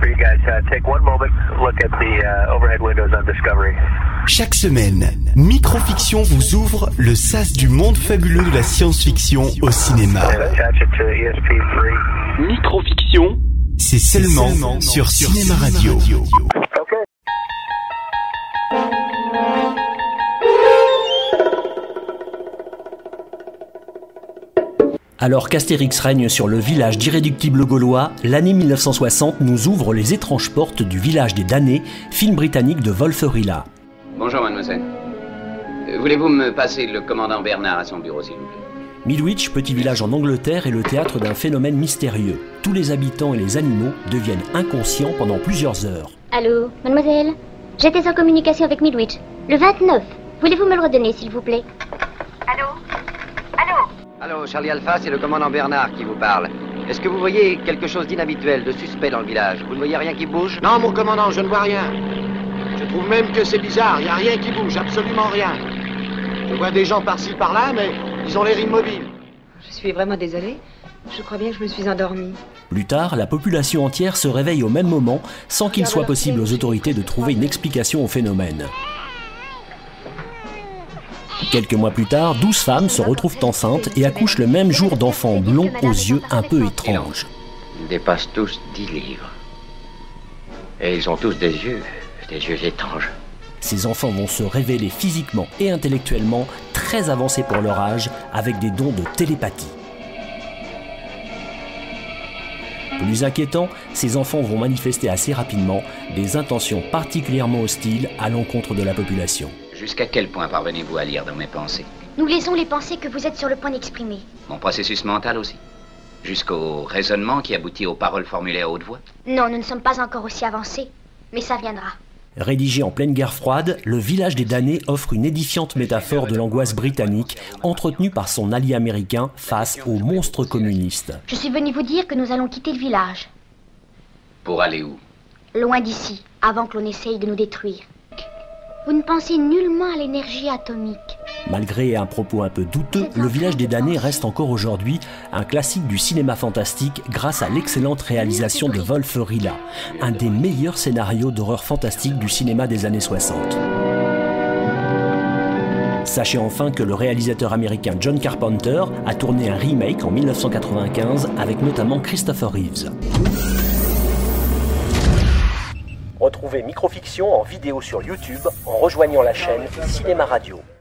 for you guys. Take one moment, look at the overhead windows on Discovery. Chaque semaine, Microfiction vous ouvre le sas du monde fabuleux de la science-fiction au cinéma. Attach it to ESP3. Microfiction, c'est seulement sur Cinéma Radio. Okay. Alors qu'Astérix règne sur le village d'irréductibles gaulois, l'année 1960 nous ouvre les étranges portes du village des damnés, film britannique de Wolf-E-Rila. Bonjour mademoiselle. Voulez-vous me passer le commandant Bernard à son bureau s'il vous plaît? Midwich, petit village en Angleterre, est le théâtre d'un phénomène mystérieux. Tous les habitants et les animaux deviennent inconscients pendant plusieurs heures. Allô, mademoiselle? J'étais en communication avec Midwich. Le 29. Voulez-vous me le redonner, s'il vous plaît? Allô? Allô? Allô, Charlie Alpha, c'est le commandant Bernard qui vous parle. Est-ce que vous voyez quelque chose d'inhabituel, de suspect dans le village? Vous ne voyez rien qui bouge? Non, mon commandant, je ne vois rien. Je trouve même que c'est bizarre, il n'y a rien qui bouge, absolument rien. Je vois des gens par-ci, par-là, mais ils ont l'air immobiles. Je suis vraiment désolée. Je crois bien que je me suis endormie. Plus tard, la population entière se réveille au même moment, sans qu'il soit possible aux autorités de trouver une explication au phénomène. Quelques mois plus tard, 12 femmes se retrouvent enceintes et accouchent le même jour d'enfants blonds aux yeux un peu étranges. Ils dépassent tous 10 livres. Et ils ont tous des yeux étranges. Ces enfants vont se révéler physiquement et intellectuellement très avancés pour leur âge, avec des dons de télépathie. Plus inquiétant, ces enfants vont manifester assez rapidement des intentions particulièrement hostiles à l'encontre de la population. Jusqu'à quel point parvenez-vous à lire dans mes pensées? Nous lisons les pensées que vous êtes sur le point d'exprimer. Mon processus mental aussi? Jusqu'au raisonnement qui aboutit aux paroles formulées à haute voix? Non, nous ne sommes pas encore aussi avancés. Mais ça viendra. Rédigé en pleine guerre froide, Le village des damnés offre une édifiante métaphore de l'angoisse britannique entretenue par son allié américain face aux monstres communistes. Je suis venu vous dire que nous allons quitter le village. Pour aller où? Loin d'ici, avant que l'on essaye de nous détruire. Vous ne pensez nullement à l'énergie atomique. Malgré un propos un peu douteux, Le village des damnés reste encore aujourd'hui un classique du cinéma fantastique grâce à l'excellente réalisation de Wolf-E-Rila, un des meilleurs scénarios d'horreur fantastique du cinéma des années 60. Sachez enfin que le réalisateur américain John Carpenter a tourné un remake en 1995 avec notamment Christopher Reeves. Retrouvez Microfiction en vidéo sur YouTube en rejoignant la chaîne Cinéma Radio.